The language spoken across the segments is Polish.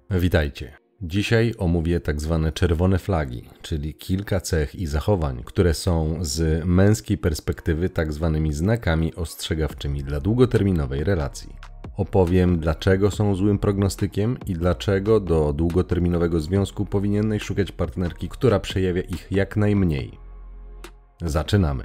Witajcie. Dzisiaj omówię tak zwane czerwone flagi, czyli kilka cech i zachowań, które są z męskiej perspektywy tak zwanymi znakami ostrzegawczymi dla długoterminowej relacji. Opowiem, dlaczego są złym prognostykiem i dlaczego do długoterminowego związku powinieneś szukać partnerki, która przejawia ich jak najmniej. Zaczynamy.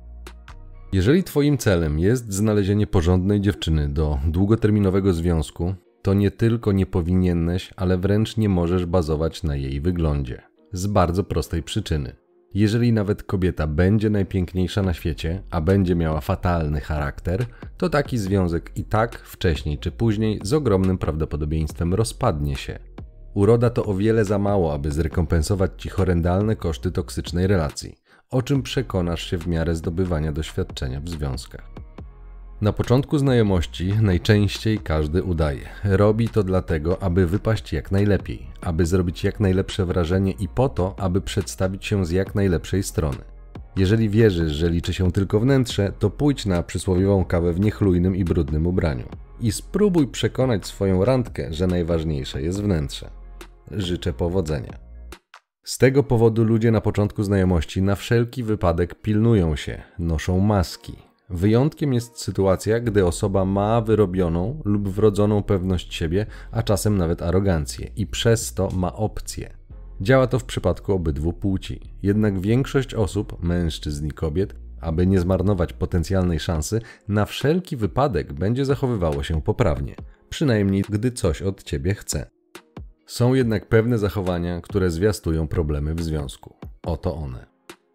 Jeżeli twoim celem jest znalezienie porządnej dziewczyny do długoterminowego związku, to nie tylko nie powinieneś, ale wręcz nie możesz bazować na jej wyglądzie. Z bardzo prostej przyczyny. Jeżeli nawet kobieta będzie najpiękniejsza na świecie, a będzie miała fatalny charakter, to taki związek i tak wcześniej czy później z ogromnym prawdopodobieństwem rozpadnie się. Uroda to o wiele za mało, aby zrekompensować ci horrendalne koszty toksycznej relacji, o czym przekonasz się w miarę zdobywania doświadczenia w związkach. Na początku znajomości najczęściej każdy udaje. Robi to dlatego, aby wypaść jak najlepiej, aby zrobić jak najlepsze wrażenie i po to, aby przedstawić się z jak najlepszej strony. Jeżeli wierzysz, że liczy się tylko wnętrze, to pójdź na przysłowiową kawę w niechlujnym i brudnym ubraniu i spróbuj przekonać swoją randkę, że najważniejsze jest wnętrze. Życzę powodzenia. Z tego powodu ludzie na początku znajomości na wszelki wypadek pilnują się, noszą maski. Wyjątkiem jest sytuacja, gdy osoba ma wyrobioną lub wrodzoną pewność siebie, a czasem nawet arogancję i przez to ma opcję. Działa to w przypadku obydwu płci. Jednak większość osób, mężczyzn i kobiet, aby nie zmarnować potencjalnej szansy, na wszelki wypadek będzie zachowywało się poprawnie, przynajmniej gdy coś od ciebie chce. Są jednak pewne zachowania, które zwiastują problemy w związku. Oto one.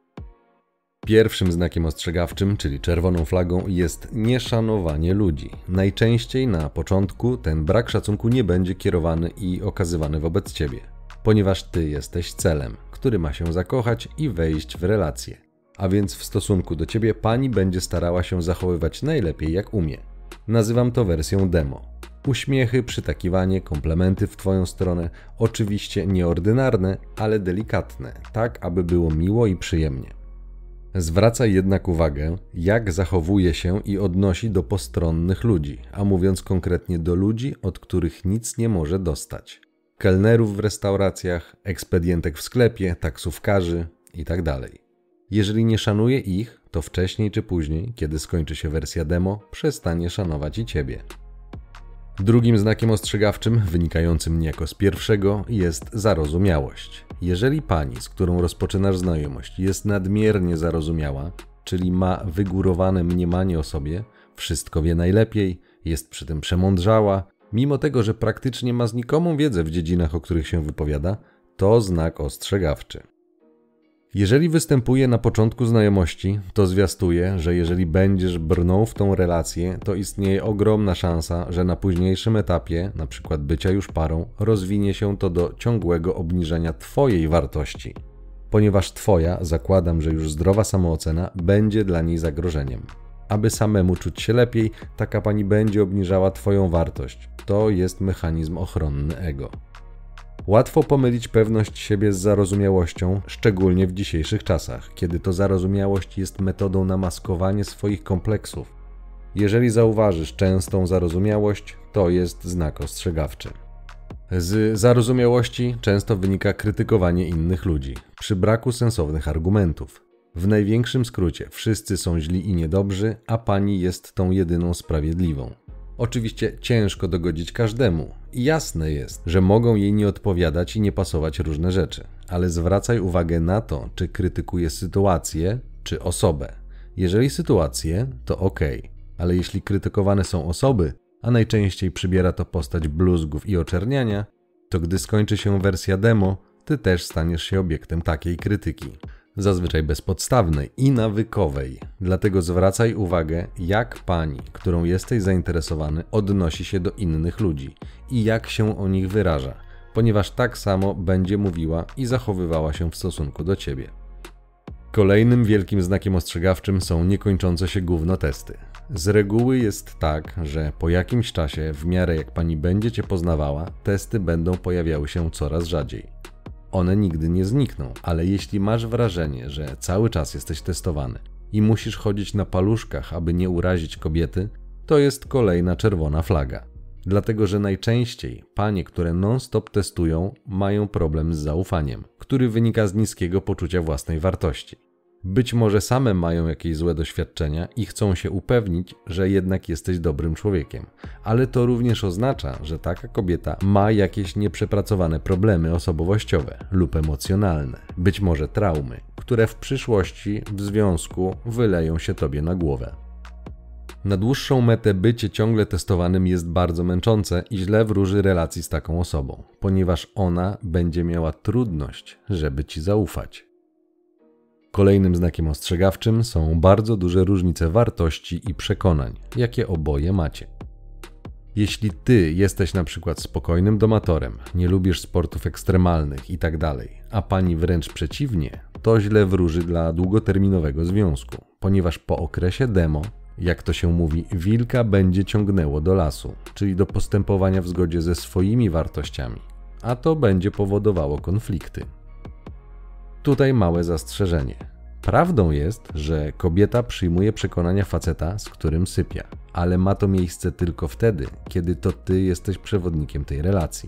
Pierwszym znakiem ostrzegawczym, czyli czerwoną flagą, jest nieszanowanie ludzi. Najczęściej na początku ten brak szacunku nie będzie kierowany i okazywany wobec ciebie, ponieważ ty jesteś celem, który ma się zakochać i wejść w relację. A więc w stosunku do ciebie pani będzie starała się zachowywać najlepiej jak umie. Nazywam to wersją demo. Uśmiechy, przytakiwanie, komplementy w twoją stronę, oczywiście nieordynarne, ale delikatne, tak aby było miło i przyjemnie. Zwracaj jednak uwagę, jak zachowuje się i odnosi do postronnych ludzi, a mówiąc konkretnie do ludzi, od których nic nie może dostać. Kelnerów w restauracjach, ekspedientek w sklepie, taksówkarzy itd. Jeżeli nie szanuje ich, to wcześniej czy później, kiedy skończy się wersja demo, przestanie szanować i ciebie. Drugim znakiem ostrzegawczym, wynikającym niejako z pierwszego, jest zarozumiałość. Jeżeli pani, z którą rozpoczynasz znajomość, jest nadmiernie zarozumiała, czyli ma wygórowane mniemanie o sobie, wszystko wie najlepiej, jest przy tym przemądrzała, mimo tego, że praktycznie ma znikomą wiedzę w dziedzinach, o których się wypowiada, to znak ostrzegawczy. Jeżeli występuje na początku znajomości, to zwiastuje, że jeżeli będziesz brnął w tą relację, to istnieje ogromna szansa, że na późniejszym etapie, np. bycia już parą, rozwinie się to do ciągłego obniżenia twojej wartości, ponieważ twoja, zakładam, że już zdrowa samoocena, będzie dla niej zagrożeniem. Aby samemu czuć się lepiej, taka pani będzie obniżała twoją wartość. To jest mechanizm ochronny ego. Łatwo pomylić pewność siebie z zarozumiałością, szczególnie w dzisiejszych czasach, kiedy to zarozumiałość jest metodą na maskowanie swoich kompleksów. Jeżeli zauważysz częstą zarozumiałość, to jest znak ostrzegawczy. Z zarozumiałości często wynika krytykowanie innych ludzi, przy braku sensownych argumentów. W największym skrócie, wszyscy są źli i niedobrzy, a pani jest tą jedyną sprawiedliwą. Oczywiście ciężko dogodzić każdemu i jasne jest, że mogą jej nie odpowiadać i nie pasować różne rzeczy, ale zwracaj uwagę na to, czy krytykuje sytuację, czy osobę. Jeżeli sytuację, to okej, ale jeśli krytykowane są osoby, a najczęściej przybiera to postać bluzgów i oczerniania, to gdy skończy się wersja demo, ty też staniesz się obiektem takiej krytyki. Zazwyczaj bezpodstawnej i nawykowej. Dlatego zwracaj uwagę, jak pani, którą jesteś zainteresowany, odnosi się do innych ludzi i jak się o nich wyraża, ponieważ tak samo będzie mówiła i zachowywała się w stosunku do ciebie. Kolejnym wielkim znakiem ostrzegawczym są niekończące się gówno testy. Z reguły jest tak, że po jakimś czasie, w miarę jak pani będzie cię poznawała, testy będą pojawiały się coraz rzadziej. One nigdy nie znikną, ale jeśli masz wrażenie, że cały czas jesteś testowany i musisz chodzić na paluszkach, aby nie urazić kobiety, to jest kolejna czerwona flaga. Dlatego, że najczęściej panie, które non-stop testują, mają problem z zaufaniem, który wynika z niskiego poczucia własnej wartości. Być może same mają jakieś złe doświadczenia i chcą się upewnić, że jednak jesteś dobrym człowiekiem, ale to również oznacza, że taka kobieta ma jakieś nieprzepracowane problemy osobowościowe lub emocjonalne, być może traumy, które w przyszłości w związku wyleją się tobie na głowę. Na dłuższą metę bycie ciągle testowanym jest bardzo męczące i źle wróży relacji z taką osobą, ponieważ ona będzie miała trudność, żeby ci zaufać. Kolejnym znakiem ostrzegawczym są bardzo duże różnice wartości i przekonań, jakie oboje macie. Jeśli ty jesteś na przykład spokojnym domatorem, nie lubisz sportów ekstremalnych itd., a pani wręcz przeciwnie, to źle wróży dla długoterminowego związku, ponieważ po okresie demo, jak to się mówi, wilka będzie ciągnęło do lasu, czyli do postępowania w zgodzie ze swoimi wartościami, a to będzie powodowało konflikty. Tutaj małe zastrzeżenie. Prawdą jest, że kobieta przyjmuje przekonania faceta, z którym sypia, ale ma to miejsce tylko wtedy, kiedy to ty jesteś przewodnikiem tej relacji.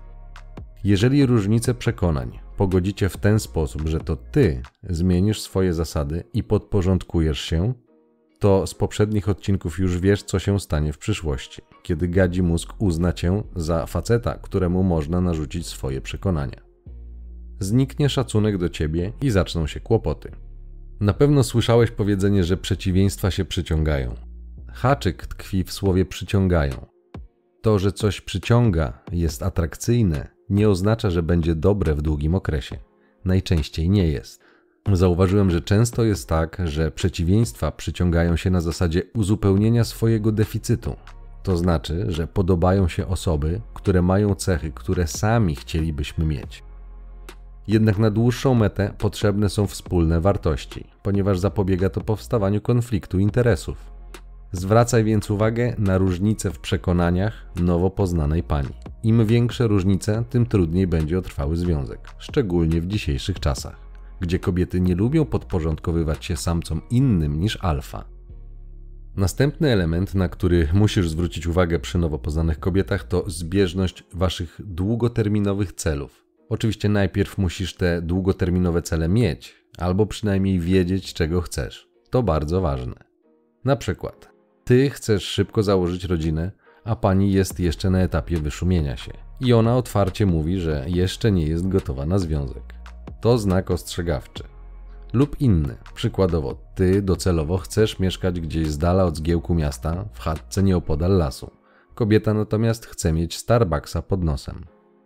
Jeżeli różnice przekonań pogodzicie w ten sposób, że to ty zmienisz swoje zasady i podporządkujesz się, to z poprzednich odcinków już wiesz, co się stanie w przyszłości, kiedy gadzi mózg uzna cię za faceta, któremu można narzucić swoje przekonania. Zniknie szacunek do ciebie i zaczną się kłopoty. Na pewno słyszałeś powiedzenie, że przeciwieństwa się przyciągają. Haczyk tkwi w słowie przyciągają. To, że coś przyciąga, jest atrakcyjne, nie oznacza, że będzie dobre w długim okresie. Najczęściej nie jest. Zauważyłem, że często jest tak, że przeciwieństwa przyciągają się na zasadzie uzupełnienia swojego deficytu. To znaczy, że podobają się osoby, które mają cechy, które sami chcielibyśmy mieć. Jednak na dłuższą metę potrzebne są wspólne wartości, ponieważ zapobiega to powstawaniu konfliktu interesów. Zwracaj więc uwagę na różnice w przekonaniach nowo poznanej pani. Im większe różnice, tym trudniej będzie o trwały związek, szczególnie w dzisiejszych czasach, gdzie kobiety nie lubią podporządkowywać się samcom innym niż alfa. Następny element, na który musisz zwrócić uwagę przy nowo poznanych kobietach, to zbieżność waszych długoterminowych celów. Oczywiście najpierw musisz te długoterminowe cele mieć, albo przynajmniej wiedzieć, czego chcesz. To bardzo ważne. Na przykład, ty chcesz szybko założyć rodzinę, a pani jest jeszcze na etapie wyszumienia się. I ona otwarcie mówi, że jeszcze nie jest gotowa na związek. To znak ostrzegawczy. Lub inny. Przykładowo, ty docelowo chcesz mieszkać gdzieś z dala od zgiełku miasta, w chatce nieopodal lasu. Kobieta natomiast chce mieć Starbucksa pod nosem.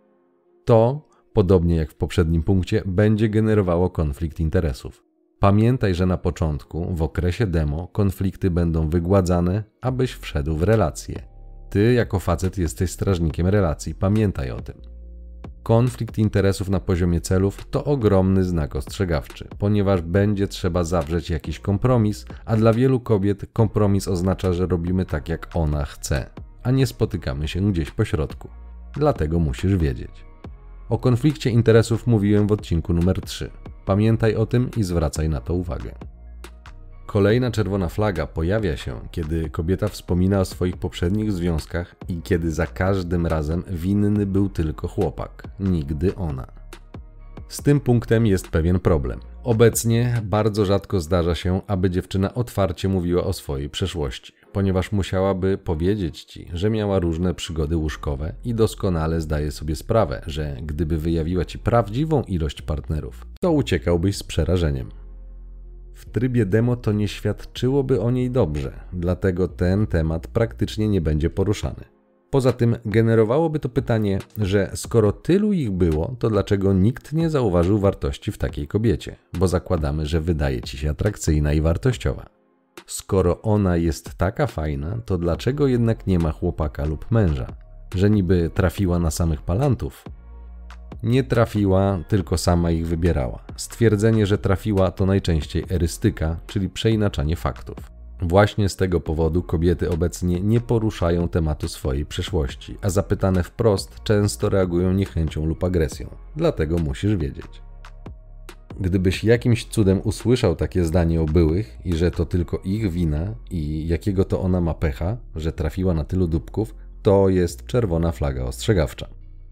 To, podobnie jak w poprzednim punkcie, będzie generowało konflikt interesów. Pamiętaj, że na początku, w okresie demo, konflikty będą wygładzane, abyś wszedł w relację. Ty jako facet jesteś strażnikiem relacji, pamiętaj o tym. Konflikt interesów na poziomie celów to ogromny znak ostrzegawczy, ponieważ będzie trzeba zawrzeć jakiś kompromis, a dla wielu kobiet kompromis oznacza, że robimy tak jak ona chce, a nie spotykamy się gdzieś po środku. Dlatego musisz wiedzieć. O konflikcie interesów mówiłem w odcinku numer 3. Pamiętaj o tym i zwracaj na to uwagę. Kolejna czerwona flaga pojawia się, kiedy kobieta wspomina o swoich poprzednich związkach i kiedy za każdym razem winny był tylko chłopak, nigdy ona. Z tym punktem jest pewien problem. Obecnie bardzo rzadko zdarza się, aby dziewczyna otwarcie mówiła o swojej przeszłości, ponieważ musiałaby powiedzieć ci, że miała różne przygody łóżkowe i doskonale zdaje sobie sprawę, że gdyby wyjawiła ci prawdziwą ilość partnerów, to uciekałbyś z przerażeniem. W trybie demo to nie świadczyłoby o niej dobrze, dlatego ten temat praktycznie nie będzie poruszany. Poza tym generowałoby to pytanie, że skoro tylu ich było, to dlaczego nikt nie zauważył wartości w takiej kobiecie, bo zakładamy, że wydaje ci się atrakcyjna i wartościowa. Skoro ona jest taka fajna, to dlaczego jednak nie ma chłopaka lub męża? Że niby trafiła na samych palantów? Nie trafiła, tylko sama ich wybierała. Stwierdzenie, że trafiła, to najczęściej erystyka, czyli przeinaczanie faktów. Właśnie z tego powodu kobiety obecnie nie poruszają tematu swojej przeszłości, a zapytane wprost często reagują niechęcią lub agresją. Dlatego musisz wiedzieć. Gdybyś jakimś cudem usłyszał takie zdanie o byłych i że to tylko ich wina i jakiego to ona ma pecha, że trafiła na tylu dupków, to jest czerwona flaga ostrzegawcza.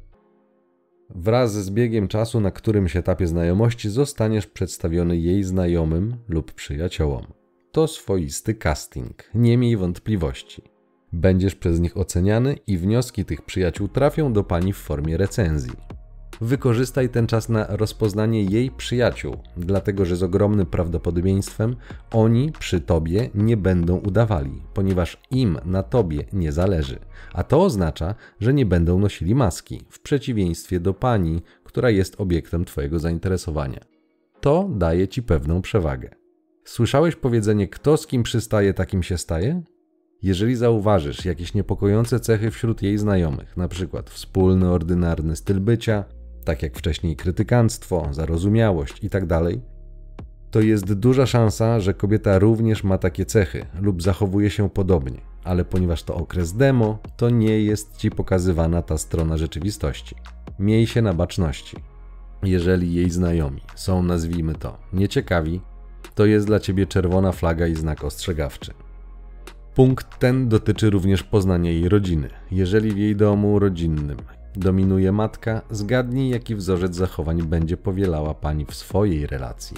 Wraz z biegiem czasu na którymś etapie znajomości zostaniesz przedstawiony jej znajomym lub przyjaciołom. To swoisty casting, nie miej wątpliwości. Będziesz przez nich oceniany i wnioski tych przyjaciół trafią do pani w formie recenzji. Wykorzystaj ten czas na rozpoznanie jej przyjaciół, dlatego że z ogromnym prawdopodobieństwem oni przy tobie nie będą udawali, ponieważ im na tobie nie zależy, a to oznacza, że nie będą nosili maski, w przeciwieństwie do pani, która jest obiektem twojego zainteresowania. To daje ci pewną przewagę. Słyszałeś powiedzenie, kto z kim przystaje, takim się staje? Jeżeli zauważysz jakieś niepokojące cechy wśród jej znajomych, np. wspólny, ordynarny styl bycia, tak jak wcześniej krytykanstwo, zarozumiałość itd., to jest duża szansa, że kobieta również ma takie cechy lub zachowuje się podobnie, ale ponieważ to okres demo, to nie jest ci pokazywana ta strona rzeczywistości. Miej się na baczności. Jeżeli jej znajomi są, nazwijmy to, nieciekawi, to jest dla ciebie czerwona flaga i znak ostrzegawczy. Punkt ten dotyczy również poznania jej rodziny. Jeżeli w jej domu rodzinnym dominuje matka, zgadnij, jaki wzorzec zachowań będzie powielała pani w swojej relacji.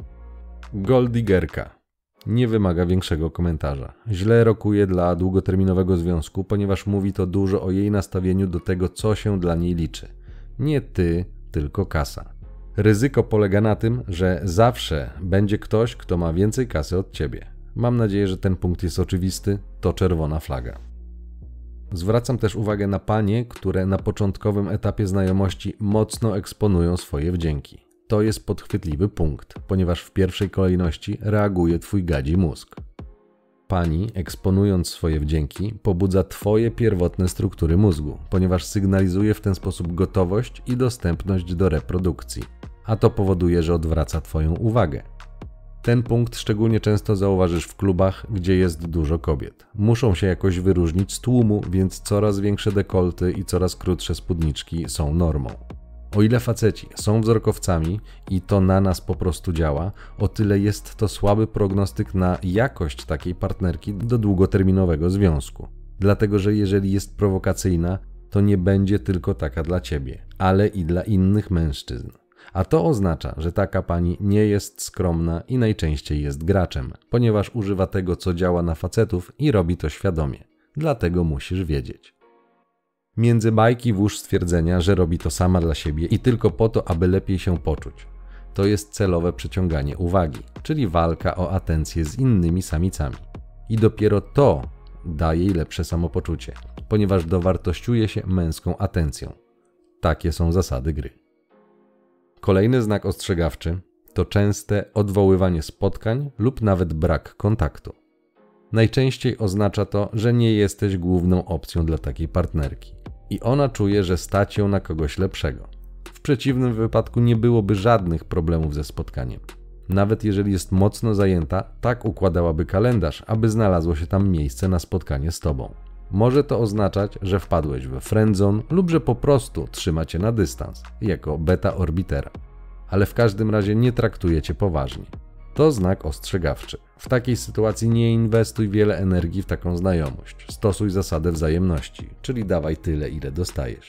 Golddiggerka. Nie wymaga większego komentarza. Źle rokuje dla długoterminowego związku, ponieważ mówi to dużo o jej nastawieniu do tego, co się dla niej liczy. Nie ty, tylko kasa. Ryzyko polega na tym, że zawsze będzie ktoś, kto ma więcej kasy od ciebie. Mam nadzieję, że ten punkt jest oczywisty, to czerwona flaga. Zwracam też uwagę na panie, które na początkowym etapie znajomości mocno eksponują swoje wdzięki. To jest podchwytliwy punkt, ponieważ w pierwszej kolejności reaguje twój gadzi mózg. Pani, eksponując swoje wdzięki, pobudza twoje pierwotne struktury mózgu, ponieważ sygnalizuje w ten sposób gotowość i dostępność do reprodukcji, a to powoduje, że odwraca twoją uwagę. Ten punkt szczególnie często zauważysz w klubach, gdzie jest dużo kobiet. Muszą się jakoś wyróżnić z tłumu, więc coraz większe dekolty i coraz krótsze spódniczki są normą. O ile faceci są wzrokowcami i to na nas po prostu działa, o tyle jest to słaby prognostyk na jakość takiej partnerki do długoterminowego związku. Dlatego, że jeżeli jest prowokacyjna, to nie będzie tylko taka dla ciebie, ale i dla innych mężczyzn. A to oznacza, że taka pani nie jest skromna i najczęściej jest graczem, ponieważ używa tego, co działa na facetów i robi to świadomie. Dlatego musisz wiedzieć. Między bajki włóż stwierdzenia, że robi to sama dla siebie i tylko po to, aby lepiej się poczuć. To jest celowe przyciąganie uwagi, czyli walka o atencję z innymi samicami. I dopiero to da jej lepsze samopoczucie, ponieważ dowartościuje się męską atencją. Takie są zasady gry. Kolejny znak ostrzegawczy to częste odwoływanie spotkań lub nawet brak kontaktu. Najczęściej oznacza to, że nie jesteś główną opcją dla takiej partnerki i ona czuje, że stać ją na kogoś lepszego. W przeciwnym wypadku nie byłoby żadnych problemów ze spotkaniem. Nawet jeżeli jest mocno zajęta, tak układałaby kalendarz, aby znalazło się tam miejsce na spotkanie z tobą. Może to oznaczać, że wpadłeś we friendzone lub że po prostu trzyma cię na dystans, jako beta orbitera. Ale w każdym razie nie traktuje cię poważnie. To znak ostrzegawczy. W takiej sytuacji nie inwestuj wiele energii w taką znajomość. Stosuj zasadę wzajemności, czyli dawaj tyle, ile dostajesz.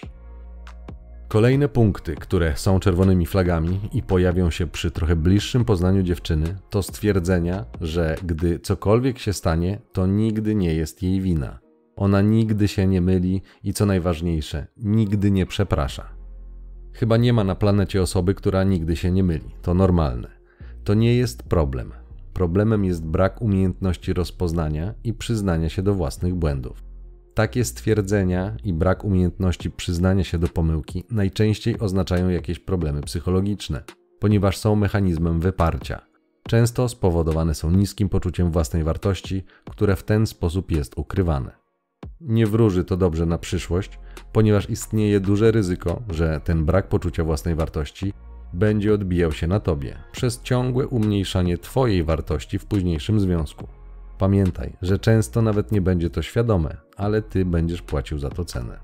Kolejne punkty, które są czerwonymi flagami i pojawią się przy trochę bliższym poznaniu dziewczyny, to stwierdzenia, że gdy cokolwiek się stanie, to nigdy nie jest jej wina. Ona nigdy się nie myli i co najważniejsze, nigdy nie przeprasza. Chyba nie ma na planecie osoby, która nigdy się nie myli. To normalne. To nie jest problem. Problemem jest brak umiejętności rozpoznania i przyznania się do własnych błędów. Takie stwierdzenia i brak umiejętności przyznania się do pomyłki najczęściej oznaczają jakieś problemy psychologiczne, ponieważ są mechanizmem wyparcia. Często spowodowane są niskim poczuciem własnej wartości, które w ten sposób jest ukrywane. Nie wróży to dobrze na przyszłość, ponieważ istnieje duże ryzyko, że ten brak poczucia własnej wartości będzie odbijał się na tobie przez ciągłe umniejszanie twojej wartości w późniejszym związku. Pamiętaj, że często nawet nie będzie to świadome, ale ty będziesz płacił za to cenę.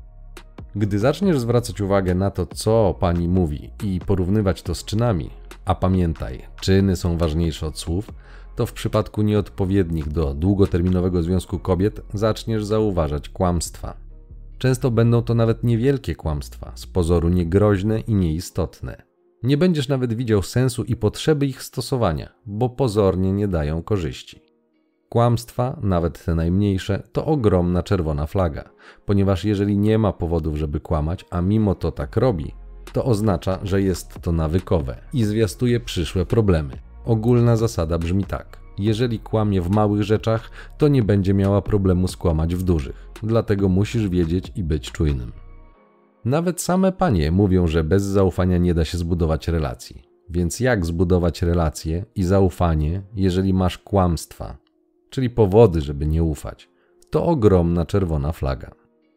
Gdy zaczniesz zwracać uwagę na to, co pani mówi i porównywać to z czynami, a pamiętaj, czyny są ważniejsze od słów, to w przypadku nieodpowiednich do długoterminowego związku kobiet zaczniesz zauważać kłamstwa. Często będą to nawet niewielkie kłamstwa, z pozoru niegroźne i nieistotne. Nie będziesz nawet widział sensu i potrzeby ich stosowania, bo pozornie nie dają korzyści. Kłamstwa, nawet te najmniejsze, to ogromna czerwona flaga, ponieważ jeżeli nie ma powodów, żeby kłamać, a mimo to tak robi, to oznacza, że jest to nawykowe i zwiastuje przyszłe problemy. Ogólna zasada brzmi tak: jeżeli kłamie w małych rzeczach, to nie będzie miała problemu skłamać w dużych, dlatego musisz wiedzieć i być czujnym. Nawet same panie mówią, że bez zaufania nie da się zbudować relacji. Więc jak zbudować relacje i zaufanie, jeżeli masz kłamstwa, czyli powody, żeby nie ufać? To ogromna czerwona flaga.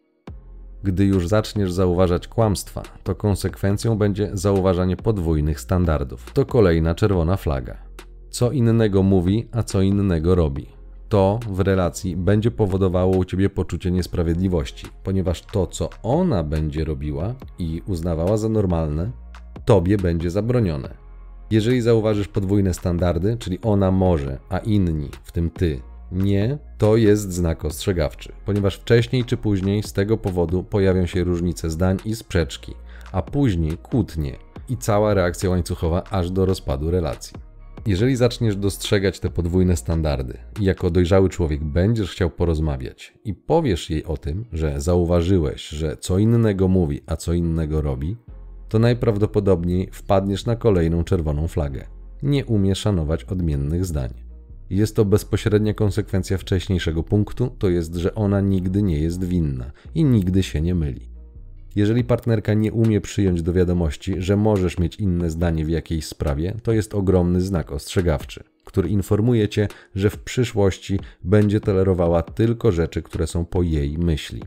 Gdy już zaczniesz zauważać kłamstwa, to konsekwencją będzie zauważanie podwójnych standardów. To kolejna czerwona flaga. Co innego mówi, a co innego robi. To w relacji będzie powodowało u ciebie poczucie niesprawiedliwości, ponieważ to, co ona będzie robiła i uznawała za normalne, tobie będzie zabronione. Jeżeli zauważysz podwójne standardy, czyli ona może, a inni, w tym ty, nie, to jest znak ostrzegawczy, ponieważ wcześniej czy później z tego powodu pojawią się różnice zdań i sprzeczki, a później kłótnie i cała reakcja łańcuchowa aż do rozpadu relacji. Jeżeli zaczniesz dostrzegać te podwójne standardy i jako dojrzały człowiek będziesz chciał porozmawiać i powiesz jej o tym, że zauważyłeś, że co innego mówi, a co innego robi, to najprawdopodobniej wpadniesz na kolejną czerwoną flagę. Nie umie szanować odmiennych zdań. Jest to bezpośrednia konsekwencja wcześniejszego punktu, to jest, że ona nigdy nie jest winna i nigdy się nie myli. Jeżeli partnerka nie umie przyjąć do wiadomości, że możesz mieć inne zdanie w jakiejś sprawie, to jest ogromny znak ostrzegawczy, który informuje cię, że w przyszłości będzie tolerowała tylko rzeczy, które są po jej myśli.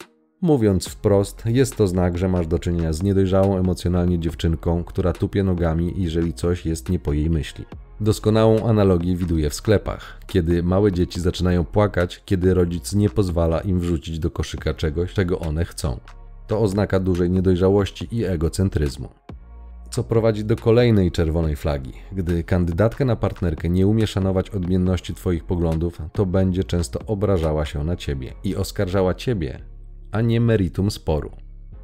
Mówiąc wprost, jest to znak, że masz do czynienia z niedojrzałą emocjonalnie dziewczynką, która tupie nogami, jeżeli coś jest nie po jej myśli. Doskonałą analogię widuję w sklepach, kiedy małe dzieci zaczynają płakać, kiedy rodzic nie pozwala im wrzucić do koszyka czegoś, czego one chcą. To oznaka dużej niedojrzałości i egocentryzmu. Co prowadzi do kolejnej czerwonej flagi. Gdy kandydatka na partnerkę nie umie szanować odmienności twoich poglądów, to będzie często obrażała się na ciebie i oskarżała ciebie, a nie meritum sporu.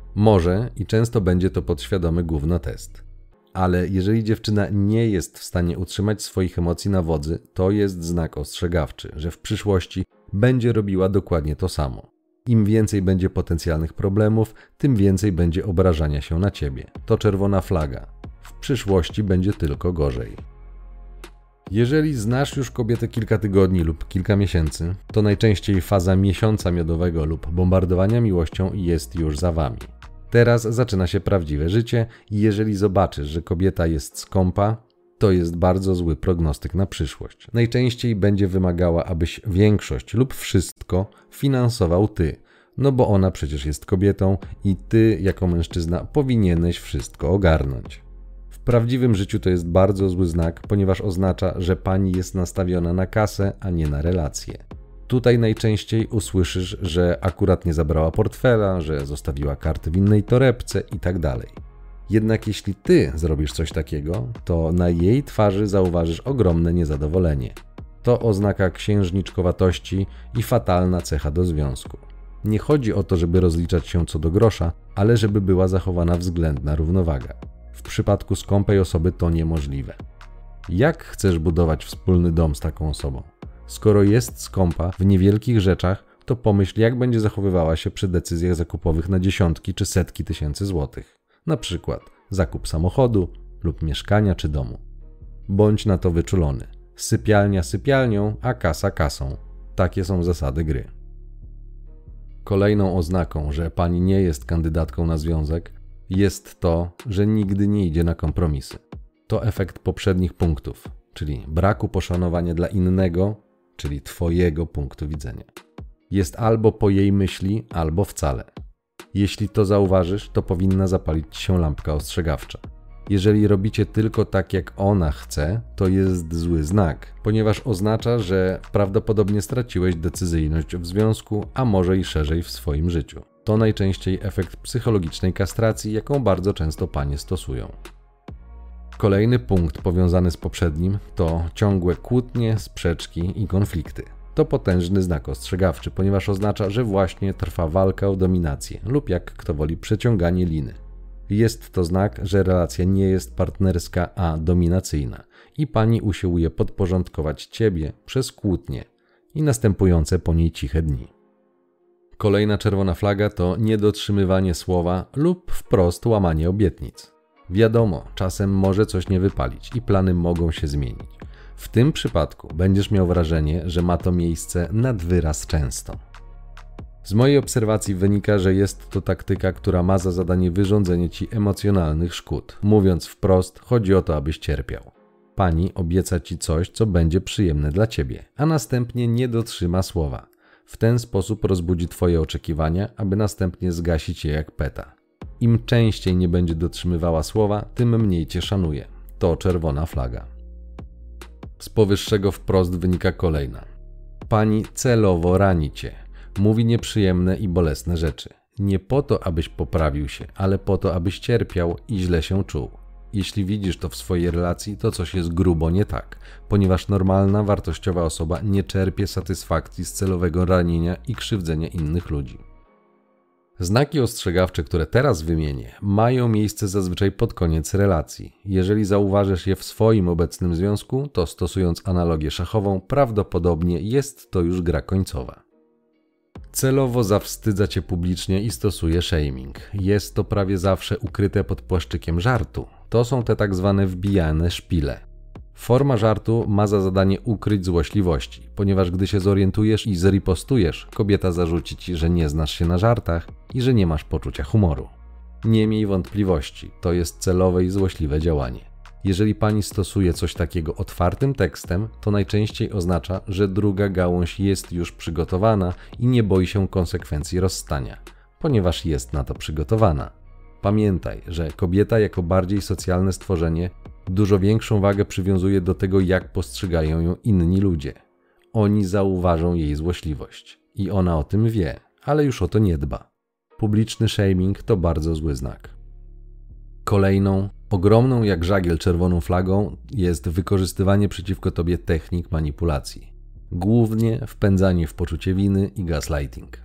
Może i często będzie to podświadomy gównotest. Ale jeżeli dziewczyna nie jest w stanie utrzymać swoich emocji na wodzy, to jest znak ostrzegawczy, że w przyszłości będzie robiła dokładnie to samo. Im więcej będzie potencjalnych problemów, tym więcej będzie obrażania się na ciebie. To czerwona flaga. W przyszłości będzie tylko gorzej. Jeżeli znasz już kobietę kilka tygodni lub kilka miesięcy, to najczęściej faza miesiąca miodowego lub bombardowania miłością jest już za wami. Teraz zaczyna się prawdziwe życie i jeżeli zobaczysz, że kobieta jest skąpa, to jest bardzo zły prognostyk na przyszłość. Najczęściej będzie wymagała, abyś większość lub wszystko finansował ty, no bo ona przecież jest kobietą i ty jako mężczyzna powinieneś wszystko ogarnąć. W prawdziwym życiu to jest bardzo zły znak, ponieważ oznacza, że pani jest nastawiona na kasę, a nie na relacje. Tutaj najczęściej usłyszysz, że akurat nie zabrała portfela, że zostawiła karty w innej torebce itd. Jednak jeśli ty zrobisz coś takiego, to na jej twarzy zauważysz ogromne niezadowolenie. To oznaka księżniczkowatości i fatalna cecha do związku. Nie chodzi o to, żeby rozliczać się co do grosza, ale żeby była zachowana względna równowaga. W przypadku skąpej osoby to niemożliwe. Jak chcesz budować wspólny dom z taką osobą? Skoro jest skąpa w niewielkich rzeczach, to pomyśl, jak będzie zachowywała się przy decyzjach zakupowych na dziesiątki czy setki tysięcy złotych. Na przykład zakup samochodu lub mieszkania czy domu. Bądź na to wyczulony. Sypialnia sypialnią, a kasa kasą. Takie są zasady gry. Kolejną oznaką, że pani nie jest kandydatką na związek, jest to, że nigdy nie idzie na kompromisy. To efekt poprzednich punktów, czyli braku poszanowania dla innego, czyli twojego punktu widzenia. Jest albo po jej myśli, albo wcale. Jeśli to zauważysz, to powinna zapalić ci się lampka ostrzegawcza. Jeżeli robicie tylko tak, jak ona chce, to jest zły znak, ponieważ oznacza, że prawdopodobnie straciłeś decyzyjność w związku, a może i szerzej w swoim życiu. To najczęściej efekt psychologicznej kastracji, jaką bardzo często panie stosują. Kolejny punkt powiązany z poprzednim to ciągłe kłótnie, sprzeczki i konflikty. To potężny znak ostrzegawczy, ponieważ oznacza, że właśnie trwa walka o dominację lub jak kto woli przeciąganie liny. Jest to znak, że relacja nie jest partnerska, a dominacyjna i pani usiłuje podporządkować ciebie przez kłótnie i następujące po niej ciche dni. Kolejna czerwona flaga to niedotrzymywanie słowa lub wprost łamanie obietnic. Wiadomo, czasem może coś nie wypalić i plany mogą się zmienić. W tym przypadku będziesz miał wrażenie, że ma to miejsce nad wyraz często. Z mojej obserwacji wynika, że jest to taktyka, która ma za zadanie wyrządzenie ci emocjonalnych szkód. Mówiąc wprost, chodzi o to, abyś cierpiał. Pani obieca ci coś, co będzie przyjemne dla ciebie, a następnie nie dotrzyma słowa. W ten sposób rozbudzi twoje oczekiwania, aby następnie zgasić je jak peta. Im częściej nie będzie dotrzymywała słowa, tym mniej cię szanuje. To czerwona flaga. Z powyższego wprost wynika kolejna. Pani celowo rani cię. Mówi nieprzyjemne i bolesne rzeczy. Nie po to, abyś poprawił się, ale po to, abyś cierpiał i źle się czuł. Jeśli widzisz to w swojej relacji, to coś jest grubo nie tak, ponieważ normalna, wartościowa osoba nie czerpie satysfakcji z celowego ranienia i krzywdzenia innych ludzi. Znaki ostrzegawcze, które teraz wymienię, mają miejsce zazwyczaj pod koniec relacji. Jeżeli zauważysz je w swoim obecnym związku, to stosując analogię szachową, prawdopodobnie jest to już gra końcowa. Celowo zawstydza cię publicznie i stosuje shaming. Jest to prawie zawsze ukryte pod płaszczykiem żartu. To są te tak zwane wbijane szpile. Forma żartu ma za zadanie ukryć złośliwości, ponieważ gdy się zorientujesz i zripostujesz, kobieta zarzuci ci, że nie znasz się na żartach i że nie masz poczucia humoru. Nie miej wątpliwości, to jest celowe i złośliwe działanie. Jeżeli pani stosuje coś takiego otwartym tekstem, to najczęściej oznacza, że druga gałąź jest już przygotowana i nie boi się konsekwencji rozstania, ponieważ jest na to przygotowana. Pamiętaj, że kobieta jako bardziej socjalne stworzenie dużo większą wagę przywiązuje do tego, jak postrzegają ją inni ludzie. Oni zauważą jej złośliwość i ona o tym wie, ale już o to nie dba. Publiczny shaming to bardzo zły znak. Kolejną, ogromną jak żagiel czerwoną flagą jest wykorzystywanie przeciwko tobie technik manipulacji. Głównie wpędzanie w poczucie winy i gaslighting.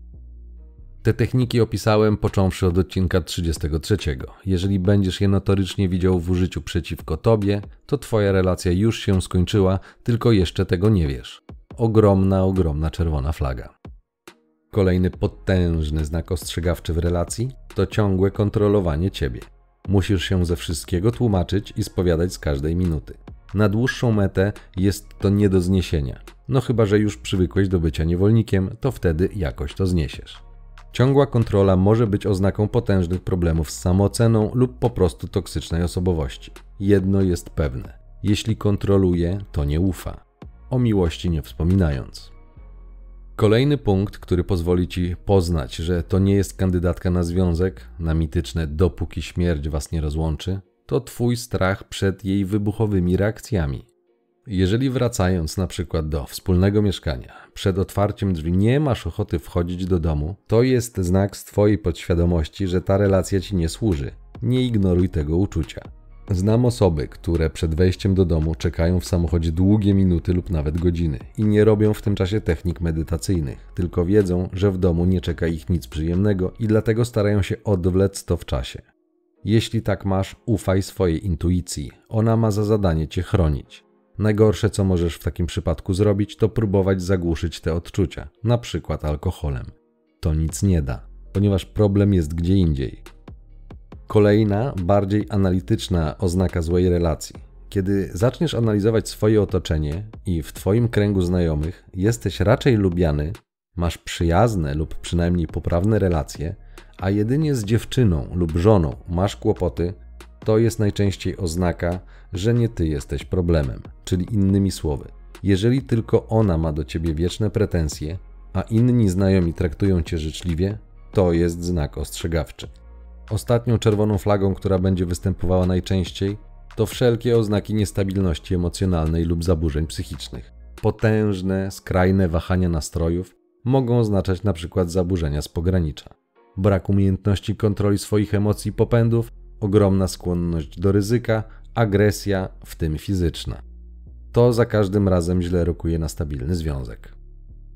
Te techniki opisałem począwszy od odcinka 33. Jeżeli będziesz je notorycznie widział w użyciu przeciwko tobie, to twoja relacja już się skończyła, tylko jeszcze tego nie wiesz. Ogromna czerwona flaga. Kolejny potężny znak ostrzegawczy w relacji to ciągłe kontrolowanie ciebie. Musisz się ze wszystkiego tłumaczyć i spowiadać z każdej minuty. Na dłuższą metę jest to nie do zniesienia. No chyba, że już przywykłeś do bycia niewolnikiem, to wtedy jakoś to zniesiesz. Ciągła kontrola może być oznaką potężnych problemów z samooceną lub po prostu toksycznej osobowości. Jedno jest pewne. Jeśli kontroluje, to nie ufa. O miłości nie wspominając. Kolejny punkt, który pozwoli ci poznać, że to nie jest kandydatka na związek, na mityczne dopóki śmierć was nie rozłączy, to twój strach przed jej wybuchowymi reakcjami. Jeżeli wracając na przykład do wspólnego mieszkania, przed otwarciem drzwi nie masz ochoty wchodzić do domu, to jest znak z twojej podświadomości, że ta relacja ci nie służy. Nie ignoruj tego uczucia. Znam osoby, które przed wejściem do domu czekają w samochodzie długie minuty lub nawet godziny i nie robią w tym czasie technik medytacyjnych, tylko wiedzą, że w domu nie czeka ich nic przyjemnego i dlatego starają się odwlec to w czasie. Jeśli tak masz, ufaj swojej intuicji. Ona ma za zadanie cię chronić. Najgorsze, co możesz w takim przypadku zrobić, to próbować zagłuszyć te odczucia, na przykład alkoholem. To nic nie da, ponieważ problem jest gdzie indziej. Kolejna, bardziej analityczna oznaka złej relacji. Kiedy zaczniesz analizować swoje otoczenie i w twoim kręgu znajomych jesteś raczej lubiany, masz przyjazne lub przynajmniej poprawne relacje, a jedynie z dziewczyną lub żoną masz kłopoty, to jest najczęściej oznaka, że nie ty jesteś problemem, czyli innymi słowy. Jeżeli tylko ona ma do ciebie wieczne pretensje, a inni znajomi traktują cię życzliwie, to jest znak ostrzegawczy. Ostatnią czerwoną flagą, która będzie występowała najczęściej, to wszelkie oznaki niestabilności emocjonalnej lub zaburzeń psychicznych. Potężne, skrajne wahania nastrojów mogą oznaczać np. zaburzenia z pogranicza. Brak umiejętności kontroli swoich emocji i popędów, ogromna skłonność do ryzyka, agresja, w tym fizyczna. To za każdym razem źle rokuje na stabilny związek.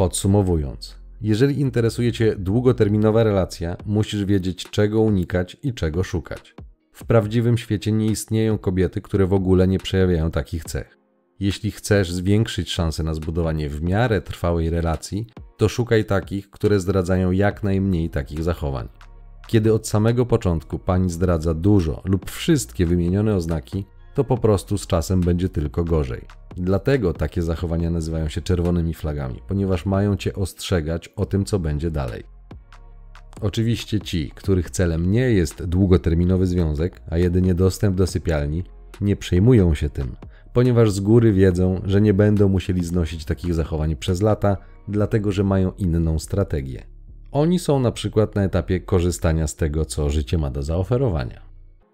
Podsumowując, jeżeli interesuje Cię długoterminowa relacja, musisz wiedzieć, czego unikać i czego szukać. W prawdziwym świecie nie istnieją kobiety, które w ogóle nie przejawiają takich cech. Jeśli chcesz zwiększyć szanse na zbudowanie w miarę trwałej relacji, to szukaj takich, które zdradzają jak najmniej takich zachowań. Kiedy od samego początku pani zdradza dużo lub wszystkie wymienione oznaki, to po prostu z czasem będzie tylko gorzej. Dlatego takie zachowania nazywają się czerwonymi flagami, ponieważ mają Cię ostrzegać o tym, co będzie dalej. Oczywiście ci, których celem nie jest długoterminowy związek, a jedynie dostęp do sypialni, nie przejmują się tym, ponieważ z góry wiedzą, że nie będą musieli znosić takich zachowań przez lata, dlatego że mają inną strategię. Oni są na przykład na etapie korzystania z tego, co życie ma do zaoferowania.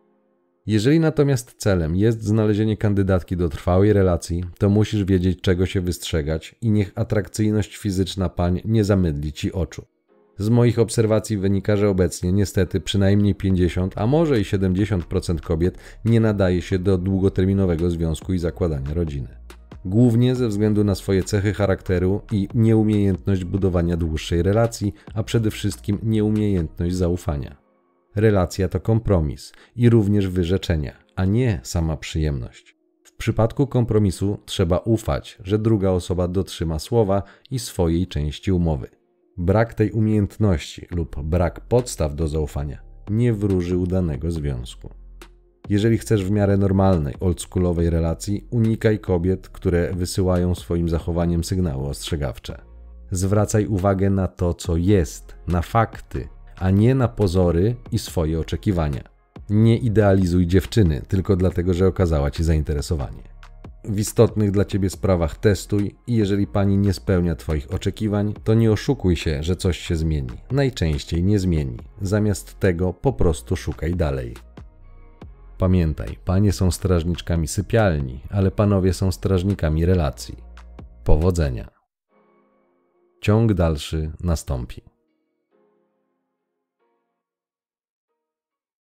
Jeżeli natomiast celem jest znalezienie kandydatki do trwałej relacji, to musisz wiedzieć, czego się wystrzegać i niech atrakcyjność fizyczna pań nie zamydli Ci oczu. Z moich obserwacji wynika, że obecnie niestety przynajmniej 50, a może i 70% kobiet nie nadaje się do długoterminowego związku i zakładania rodziny. Głównie ze względu na swoje cechy charakteru i nieumiejętność budowania dłuższej relacji, a przede wszystkim nieumiejętność zaufania. Relacja to kompromis i również wyrzeczenia, a nie sama przyjemność. W przypadku kompromisu trzeba ufać, że druga osoba dotrzyma słowa i swojej części umowy. Brak tej umiejętności lub brak podstaw do zaufania nie wróży udanego związku. Jeżeli chcesz w miarę normalnej, oldschoolowej relacji, unikaj kobiet, które wysyłają swoim zachowaniem sygnały ostrzegawcze. Zwracaj uwagę na to, co jest, na fakty, a nie na pozory i swoje oczekiwania. Nie idealizuj dziewczyny tylko dlatego, że okazała Ci zainteresowanie. W istotnych dla Ciebie sprawach testuj i jeżeli pani nie spełnia Twoich oczekiwań, to nie oszukuj się, że coś się zmieni. Najczęściej nie zmieni. Zamiast tego po prostu szukaj dalej. Pamiętaj, panie są strażniczkami sypialni, ale panowie są strażnikami relacji. Powodzenia. Ciąg dalszy nastąpi.